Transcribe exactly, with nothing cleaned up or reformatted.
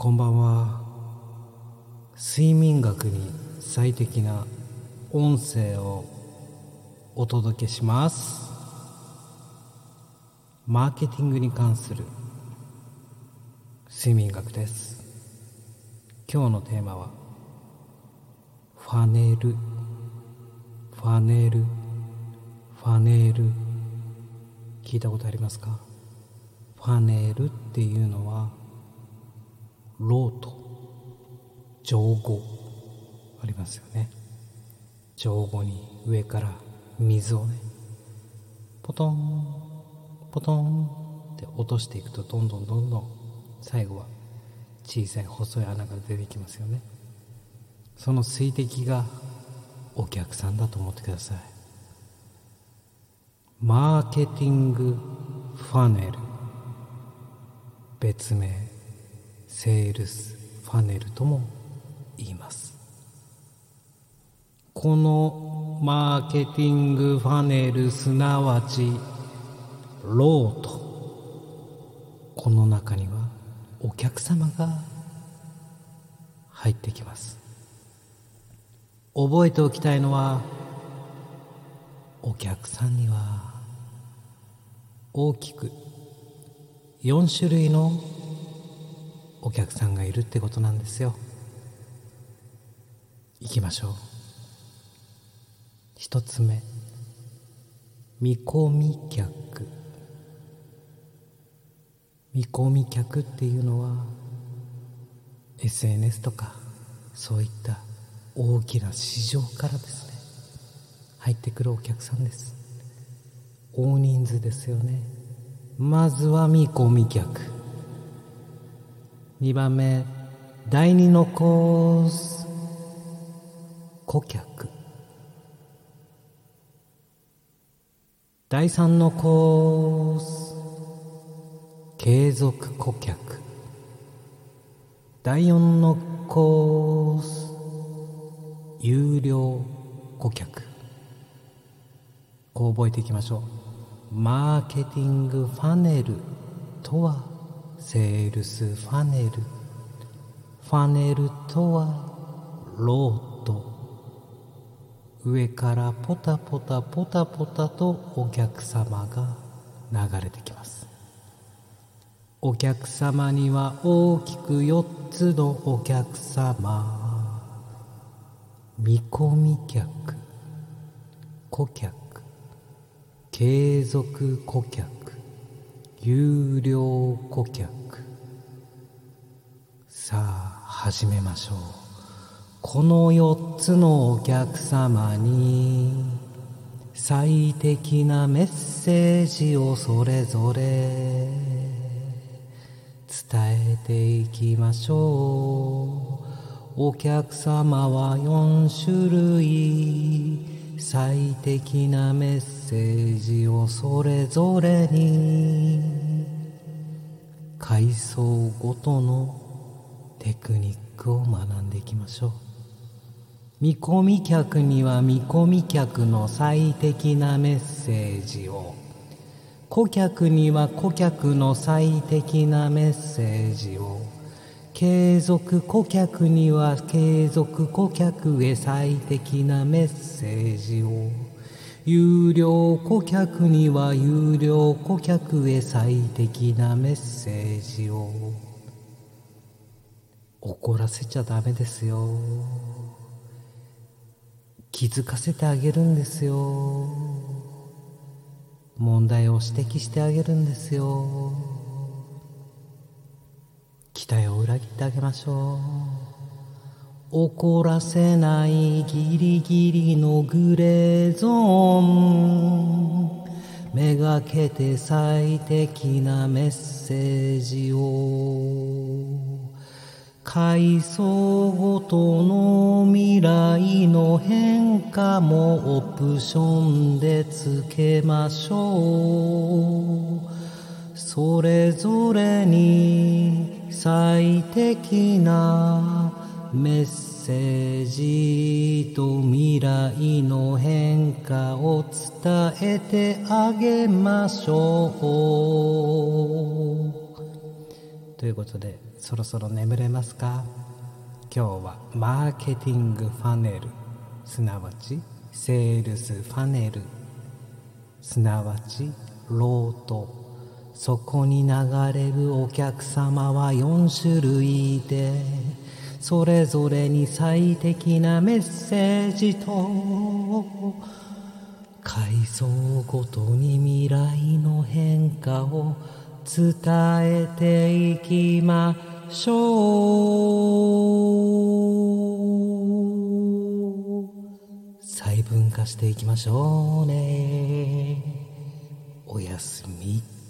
こんばんは。睡眠学に最適な音声をお届けします。マーケティングに関する睡眠学です。今日のテーマはファネルファネルファネル聞いたことありますか？ファネルっていうのはローと上語ありますよね。上語に上から水をねポトンポトンって落としていくと、どんどんどんどん最後は小さい細い穴が出てきますよね。その水滴がお客さんだと思ってください。マーケティングファネル、別名セールスファネルとも言います。このマーケティングファネル、すなわちロート、この中にはお客様が入ってきます。覚えておきたいのは、お客さんには大きくよん種類のお客さんがいるってことなんですよ。行きましょう。一つ目、見込み客。見込み客っていうのは エスエヌエス とかそういった大きな市場からですね入ってくるお客さんです。大人数ですよね。まずは見込み客。にばんめ、第二のコース、顧客。第三のコース、継続顧客。第四のコース、有料顧客。こう覚えていきましょう。マーケティングファネルとはセールスファネル、ファネルとはロート、上からポタポタポタポタとお客様が流れてきます。お客様には大きくよっつのお客様、見込み客、顧客、継続顧客、有料顧客。さあ始めましょう。このよっつのお客様に最適なメッセージをそれぞれ伝えていきましょう。お客様はよん種類、最適なメッセージをそれぞれに、階層ごとのテクニックを学んでいきましょう。見込み客には見込み客の最適なメッセージを、顧客には顧客の最適なメッセージを、継続顧客には継続顧客へ最適なメッセージを、有料顧客には有料顧客へ最適なメッセージを。怒らせちゃダメですよ。気づかせてあげるんですよ。問題を指摘してあげるんですよ。期待を裏切ってあげましょう。怒らせないギリギリのグレーゾーン、めがけて最適なメッセージを、階層ごとの未来の変化もオプションでつけましょう。それぞれに最適なメッセージと未来の変化を伝えてあげましょう。ということで、 そろそろ眠れますか？今日はマーケティングファネル、すなわちセールスファネル、すなわちロート、そこに流れるお客様はよん種類で、それぞれに最適なメッセージと階層ごとに未来の変化を伝えていきましょう。細分化していきましょうね。おやすみ。